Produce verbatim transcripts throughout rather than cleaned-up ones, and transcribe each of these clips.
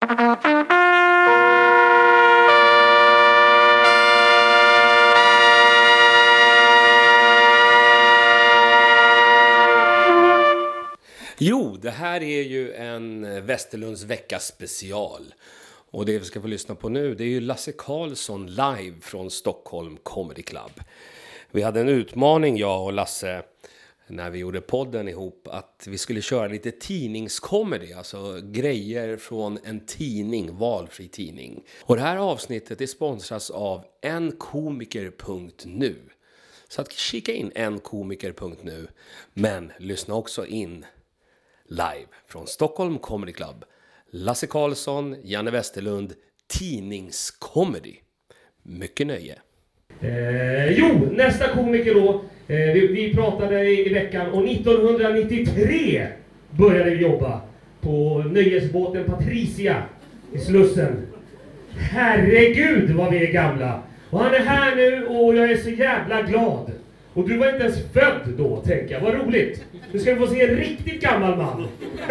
Jo, det här är ju en Västerlunds vecka special. Och det vi ska få lyssna på nu, det är ju Lasse Karlsson live från Stockholm Comedy Club. Vi hade en utmaning, jag och Lasse, när vi gjorde podden ihop, att vi skulle köra lite tidningskomedy, alltså grejer från en tidning, valfri tidning. Och det här avsnittet är sponsras av enkomiker punkt nu. Så att kika in enkomiker punkt nu, men lyssna också in live från Stockholm Comedy Club. Lasse Karlsson, Janne Westerlund, tidningskomedy. Mycket nöje. Eh, jo, nästa komiker då. Eh, vi, vi pratade i, i veckan och nittonhundranittiotre började vi jobba på nöjesbåten Patricia i Slussen. Herregud vad vi är gamla. Och han är här nu och jag är så jävla glad. Och du var inte ens född då, tänker jag. Vad roligt. Nu ska vi få se en riktigt gammal man.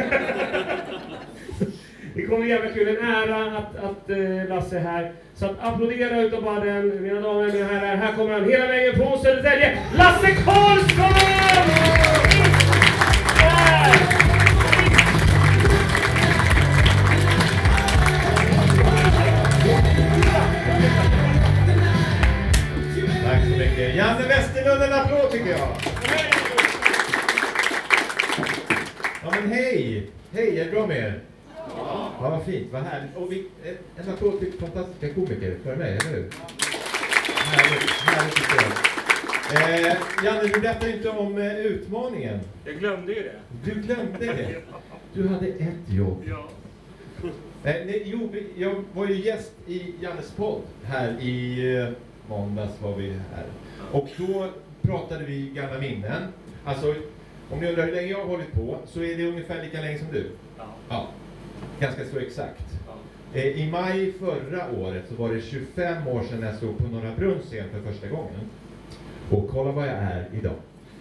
Det kommer jävla kul. En ära att, att uh, Lasse är här. Så att applådera utav barren. Mina damer och mina herrar. Här kommer han hela vägen från Södertälje. Lasse Karlsson! Tack så mycket. Janne Westerlund, en applåd tycker jag. Ja men hej. Hej, är det bra med er? Ja. Ja, vad fint, vad härligt. Och vi, en applåd till fantastiska komiker för mig, eller hur? Härligt, härligt tycker jag. Eh, Janne, du berättade inte om eh, utmaningen. Jag glömde ju det. Du glömde det? Du hade ett jobb. Ja. Eh, nej, jo, jag var ju gäst i Jannes podd här i eh, måndags var vi här. Och då pratade vi gamla minnen. Alltså, om ni undrar hur länge jag har hållit på så är det ungefär lika länge som du. Ja. Ja, ganska så exakt. Ja. Eh, I maj förra året så var det tjugofem år sedan jag stod på Norra Brunns scen för första gången. Och kolla vad jag är idag.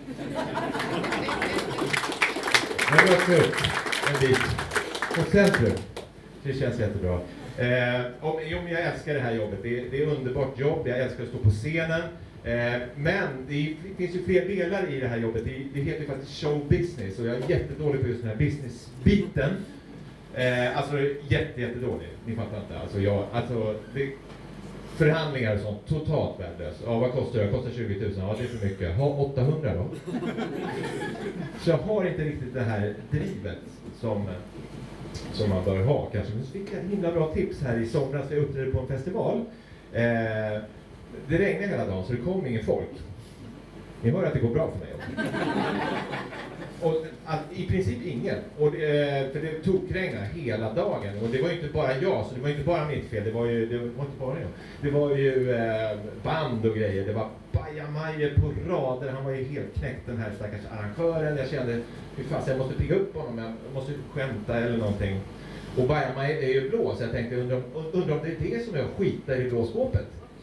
Jag har gått upp en bit på centrum. Det känns jättebra. Eh, om, om jag älskar det här jobbet. Det är, det är underbart jobb. Jag älskar att stå på scenen. Eh, men det finns ju fler delar i det här jobbet. Det, det heter ju faktiskt show business. Och jag är jättedålig på just den här business-biten. Eh, alltså jätte, jättedålig. Ni fattar inte. Alltså, jag, alltså det, förhandlingar och sånt. Totalt värdelöst. Ja, vad kostar det? Kostar tjugo tusen. Ja, det är för mycket. Ha åttahundra då. Så jag har inte riktigt det här drivet som... som man bör ha kanske. Men så fick jag ett himla bra tips här i somras. Jag uppträdde på en festival. Eh, det regnade hela dagen så det kom ingen folk. Ni hör att det går bra för mig också. Och att, i princip ingen. Och det, för det tokregnade hela dagen. Och det var ju inte bara jag, så det var inte bara mitt fel. Det var ju, det var inte bara jag. Det var ju eh, band och grejer. Det var bajamajer på rader. Han var ju helt knäckt, den här stackars arrangören. Jag kände, hur fast jag måste pigga upp honom. Jag måste skämta eller någonting. Och bajamaj är ju blå, så jag tänkte, undrar, undrar om det är det som jag skitar i blåskåpet.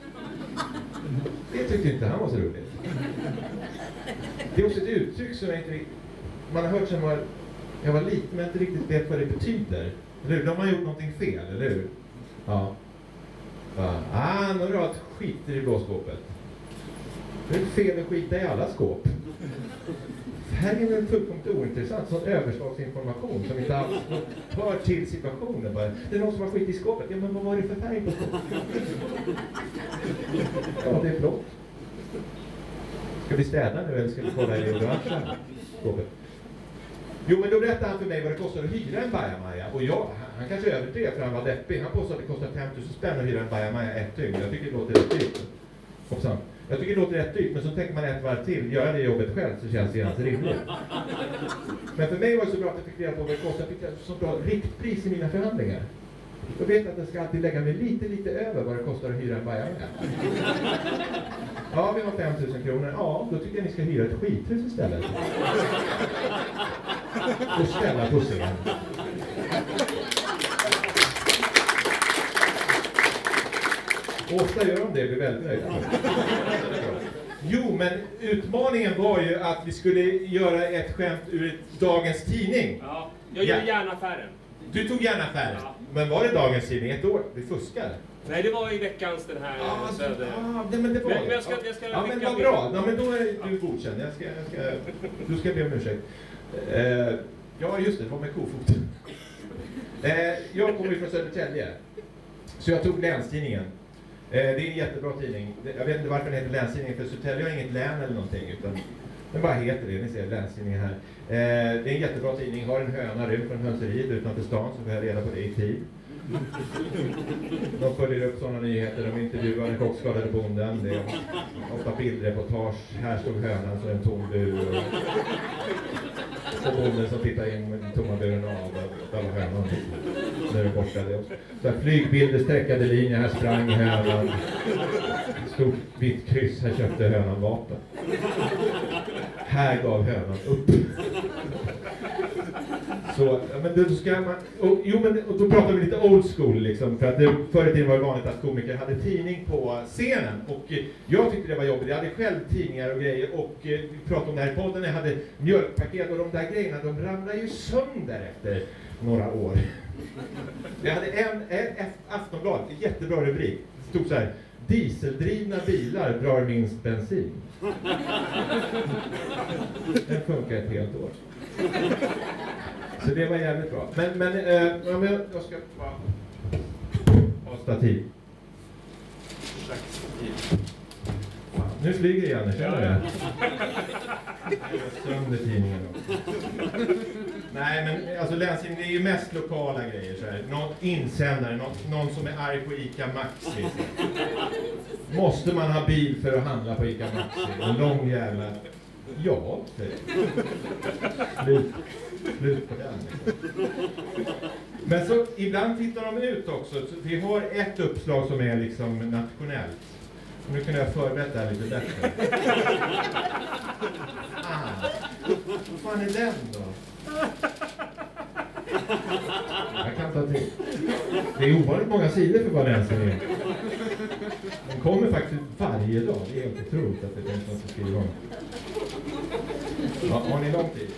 Det tyckte inte han var så roligt. Det är också ett uttryck som jag inte man har hört sen var, jag var liten men inte riktigt vet vad det betyder. Eller hur? De har gjort någonting fel, eller hur? Ja. Ja. Ah, nu har du ett skiter i blåskåpet. Det är fel att skita i alla skåp. Färgen är fullkomligt ointressant. Sån överslagsinformation som inte alls hör till situationen. Bara, det är någon som har skit i skåpet. Ja, men vad var det för färg på skåpet? Ja, det är blått. Ska vi städa nu eller ska vi kolla i orangea skåpet? Jo, men då berättade han för mig vad det kostar att hyra en bajamaja. Och jag, han, han kanske överdrev för han var deppig. Han påstod att det kostar fem tusen spänn att hyra en bajamaja ett dygn. Jag tycker det låter rätt dyrt. Hoppsan. Jag tycker det låter rätt dyrt, men så tänker man ett varv till. Göra det jobbet själv så känns det ganska rimligt. Men för mig var det så bra att jag fick reda på vad det kostar. Jag fick ett så bra riktpris i mina förhandlingar. Jag vet att jag ska alltid lägga mig lite, lite över vad det kostar att hyra en bajamaja. Ja, vi har fem tusen kronor. Ja, då tycker jag ni ska hyra ett skithus istället. Och ställa på scen. Ofta gör de det, blir väldigt nöjda. Jo, men utmaningen var ju att vi skulle göra ett skämt ur dagens tidning. Ja, jag gör ja. gärna affären. Du tog gärna affären. Ja. Men var det dagens tidning ett år? Vi fuskar. Nej, det var i veckans den här Ah, söder. ah, nej, men det var Men, det. men jag ska, jag ska Ja, men skicka vad bild. bra. Ja, men då är du godkänd. Jag ska, jag ska, du ska be om ursäkt. Eh, ja, just det. Det var med kofoten. Eh, jag kommer ju från Södertälje. Så jag tog Länstidningen. Eh, det är en jättebra tidning. Jag vet inte varför den heter Länstidningen, för Södertälje har inget län eller någonting, utan den bara heter det. Ni ser Länstidningen här. Eh, det är en jättebra tidning. Har en höna rymd från hönseriet utanför stan, så får jag reda på det i tid. De följer upp sådana nyheter. De intervjuar den kockskadade bonden. Det är ofta bildreportage. Här stod hönan så en tom bur. Och bonden som tittar in med den tomma buren av. Där var hönan. Nu är det borta. Så här, flygbilder, sträckade linjer. Här sprang hönan. Stort vitt kryss. Här köpte hönan vapen. Här gav hönan upp. Så, ja, men då ska man, och, jo, men, och då pratar vi lite old school liksom, för att det, förr i tiden var det vanligt att komiker hade tidning på scenen, och eh, jag tyckte det var jobbigt. Jag hade själv tidningar och grejer, och eh, vi pratade om det här i podden. Jag hade mjölkpaket, och de där grejerna, de ramlade ju sönder efter några år. Jag hade en, en, en Aftonblad, en jättebra rubrik. Det stod så här: dieseldrivna bilar drar minst bensin. Den funkar ett helt år. Så det var jävligt bra. Men, men, eh, ja, men jag ska bara ha stativ. Fan, nu flyger det igen, känner du det? Jag sönder tidningen då. Nej, men alltså Länstidningen, det är ju mest lokala grejer så här. Någon insändare, någon, någon som är arg på ICA Maxi. Måste man ha bil för att handla på ICA Maxi? En lång jävla... Ja, säger Slut. Slut på den. Men så ibland tittar de ut också. Så vi har ett uppslag som är liksom nationellt. Och nu kan jag förbereda det här lite bättre. Ah, vad fan är den då? Jag kan ta till. Det är ovanligt många sidor för vad den är. Den kommer faktiskt varje dag. Det är helt otroligt att det finns något att skriva om. Ja, har ni lång tid?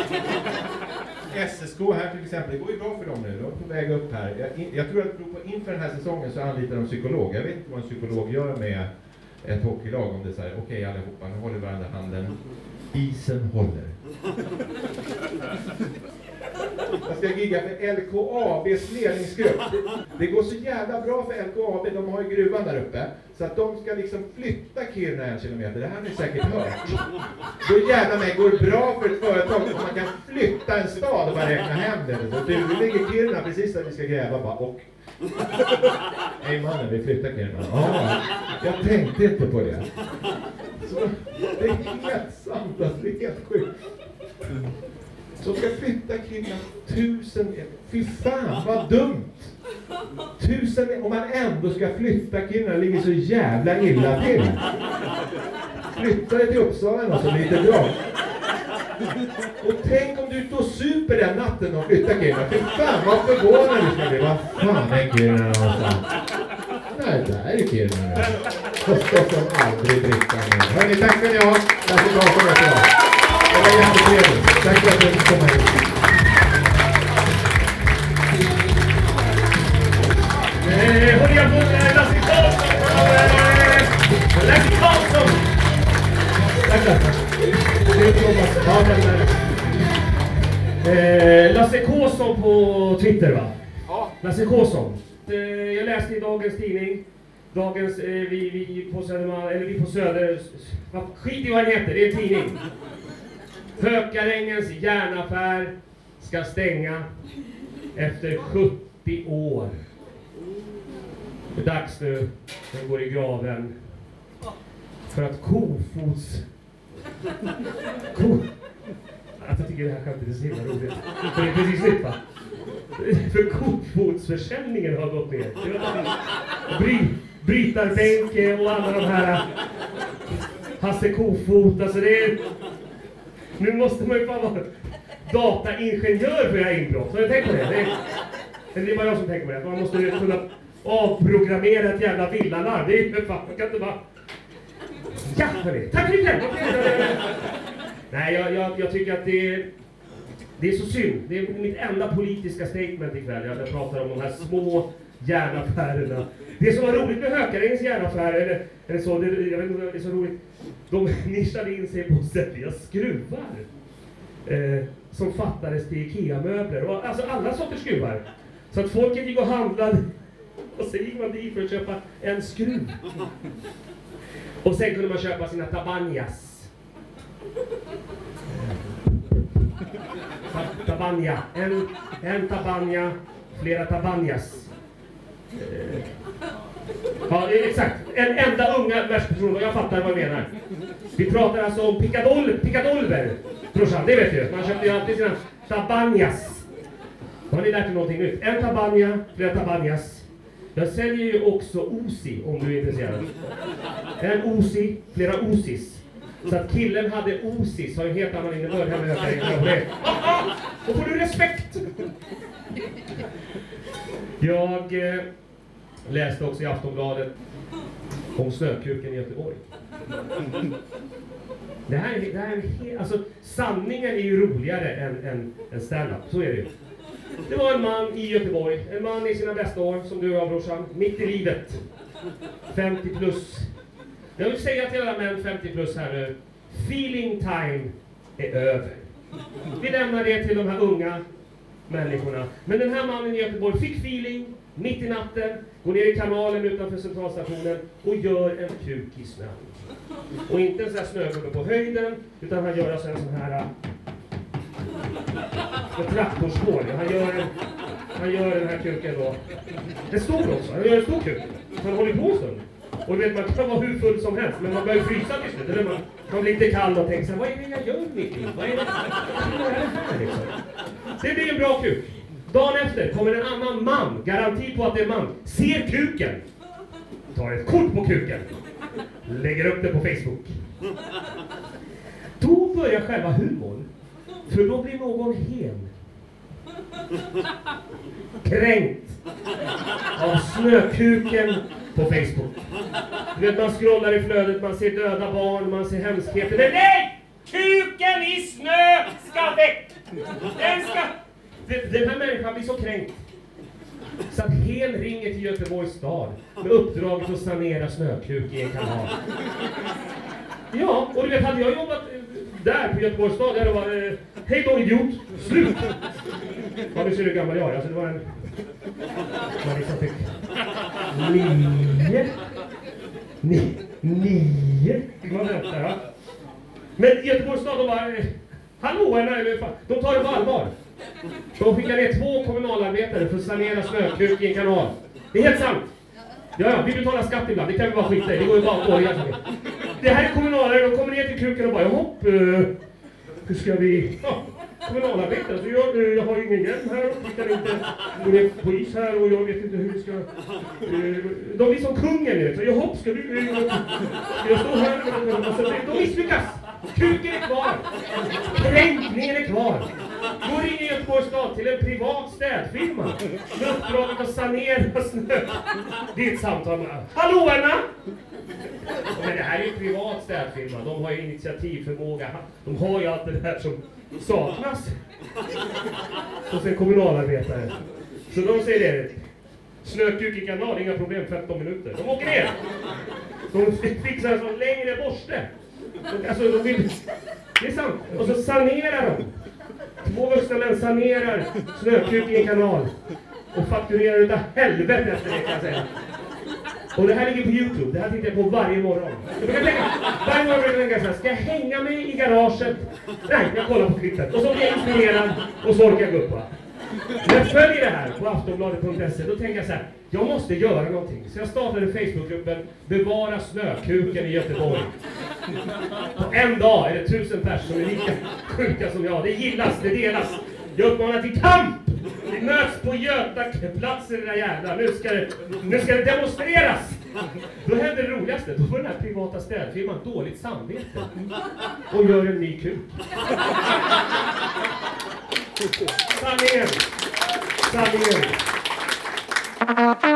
S S K här till exempel, det går ju bra för dem nu. De är på väg upp här. Jag, jag tror att på, inför den här säsongen så anlitar de psykolog. Jag vet inte vad en psykolog gör med ett hockeylag, om det är så här: okej okay, allihopa, nu håller varandra handen. Isen håller. Jag ska gigga för L K A B:s ledningsgrupp. Det går så jävla bra för L K A B, de har ju gruvan där uppe. Så att de ska liksom flytta Kiruna en kilometer, det här har ni säkert hört. Då jävla mig går det bra för ett företag att man kan flytta en stad och bara räkna hem det. Så du, vi ligger Kiruna precis där vi ska gräva bara, och... Hej mannen, vi flyttar Kiruna. Ja, jag tänkte inte på det. Så det är helt sant, alltså, det är helt sjukt. Så ska flytta Kiruna tusen... Fy fan, vad dumt! Tusen... Om man ändå ska flytta Kiruna, ligger så jävla illa till. Flytta det till Uppsala och så lite bra. Och tänk om du är ute och super den natten och flyttar Kiruna. Fy fan, vad förvånad du ska bli. Vad fan är Kiruna någonstans? Nej, där är Kiruna. Och ska som aldrig dricka mer. Hörrni, tack för att ni har. Tack för att ni har. Det var jättetrevligt. Tack för att du kom hit. Eh, håller jag på med Lasse Karlsson? Eh, Lasse Karlsson! Tack, tack. Det är Thomas. Ja, tack, tack. Eh, Lasse Karlsson på Twitter, va? Ja. Lasse Karlsson. Eh, jag läste i dagens tidning. Dagens, eh, vi, vi på Södermalm, eller vi på Söder... Skit i vad den heter, det är en tidning. Hökarängens järnaffär ska stänga efter sjuttio år. Det är dags nu, den går i graven. För att kofots... Ko... Jag tycker det här skämtet är så himla roligt. För det är precis nytt, va? För kofotsförsäljningen har gått ner. Bry, brytarbänk och alla de här... Hasse Kofot, alltså det är... Nu måste man ju bara vara dataingenjör för att göra inbrott. Så jag tänker på det. Det är, det är bara jag som tänker på det. Man måste kunna avprogrammera ett jävla villalarm. Det är ju för fan, man kan inte bara... Ja, hörni. Tack för ikväll! Nej, jag, jag, jag tycker att det är... Det är så synd. Det är mitt enda politiska statement ikväll. Jag pratar om de här små järnaffärerna. Det som var roligt med Hökarängens järnaffär, eller, eller så, det, jag vet inte, det är så roligt. De nischade in sig på att sälja skruvar. Eh, som fattades till Ikea-möbler. Och, alltså alla sorters skruvar. Så att folket gick och handlade. Och så gick man dit för att köpa en skruv. Och sen kunde man köpa sina tabanjas. Tabanja. En, en tabanja, flera tabanjas. Eh. Ja, exakt. En enda unga världsperson, och jag fattar vad jag menar. Vi pratar alltså om picadol, picadolver. Brorsan, det vet du. Man köpte ju alltid sina tabanjas. Har ni lärt er någonting nytt? En tabanja, flera tabanjas. Jag säljer ju också Osi, om du är intresserad. En Osi, flera Osis. Så att killen hade Osis, har ju en helt annan innebörd här med Hökarängen. Då får du respekt! Jag eh, läste också i Aftonbladet om snökuken i Göteborg. Det här, det här är helt, alltså sanningen är ju roligare än, än, än stand-up, så är det ju. Det var en man i Göteborg, en man i sina bästa år, som du har brorsan, mitt i livet. femtio plus. Jag vill säga till alla män femtio plus här nu, feeling time är över. Vi lämnar det till de här unga människorna. Men den här mannen i Göteborg fick feeling mitt i natten, går ner i kanalen utanför centralstationen och gör en kuk i snön. Och inte en sån här snögubbe på höjden, utan han gör alltså en sån här med traktorsmål. Han gör, en, han gör den här kuken då. Det är stor också, han gör en stor kuk. Han håller på en stund. Och vet, man kan vara hur full som helst, men man börjar frysa till slut. Eller man, man blir lite kall och tänker så här, vad är det jag gör med mitt liv? Vad är det, vad är det här liksom? Det blir en bra kuk. Dagen efter kommer en annan man, garanti på att det är en man, ser kuken. Tar ett kort på kuken. Lägger upp det på Facebook. Då börjar själva humorn. För då blir någon hen. Kränkt av snökuken på Facebook. Du vet, man scrollar i flödet, man ser döda barn, man ser hemskheter. Men nej! Kuken i snö ska väck! Den ska... Den här människan blir så kränkt. Så att hen ringer till Göteborgs stad med uppdraget att sanera snökuk i en kanal. Ja, och du vet, hade jag jobbat där på Göteborgs stad, där det var eh, hej då idiot, slut! Ja, nu ser du gammal jag är, alltså det var en... Man liksom fick... Nio... Nio... Nio... Man väntar, ja. Men Göteborgs stad, de bara... Eh, hallå, eller fan, de tar det på allvar. De skickar ner två kommunalarbetare för att sanera snökuk i en kanal. Det är helt sant. Ja, ja, vi betalar skatt ibland, det kan vi bara skita i, det går ju bara att börja. Det här är kommunalare, de kommer ner till kuken och bara, hopp, uh, hur ska vi... Ja, kommunalarbetare, så jag, uh, jag har ju ingen hjälm här, vi kan inte gå ner på is här och jag vet inte hur vi ska... Uh, de blir som kungen nu, så jag hopp, ska vi... Uh, jag står här och alltså, de misslyckas. Kuken är kvar. Kränkningen är kvar. Då ringer Göteborgs stad till en privat städfirma med uppdraget att sanera snö. Det är ett samtal med... Hallå, Anna! Men det här är ju en privat städfirma. De har ju initiativförmåga. De har ju allt det här som saknas hos en kommunalarbetare. Så de säger det. Snökuk i kanal, inga problem, femton minuter. De åker ner. De fixar en sån längre borste. Alltså, de vill... Det är sant. Och så sanerar de. Två vuxna män sanerar snökuk i en kanal. Och fakturerar utav helvete efter det, kan jag säga. Och det här ligger på YouTube. Det här tittar jag på varje morgon. Jag brukar tänka, varje morgon brukar jag tänka så här, ska jag hänga mig i garaget? Nej, jag kollar på klippet. Och så blir jag inspirerad och så orkar jag gå upp, va? När jag följer det här på aftonbladet punkt se, då tänker jag så här, jag måste göra någonting. Så jag startade Facebookgruppen Bevara snökuken i Göteborg. På en dag är det tusen personer som är lika sjuka som jag. Det gillas, det delas. Jag uppmanar till kamp! Vi möts på Götaplatsen, det där jävla. Nu ska det, nu ska det demonstreras! Då hände det roligaste. Då får den här privata städfirman dåligt samvete. Och gör en ny kuk. Sanningen! Sanningen!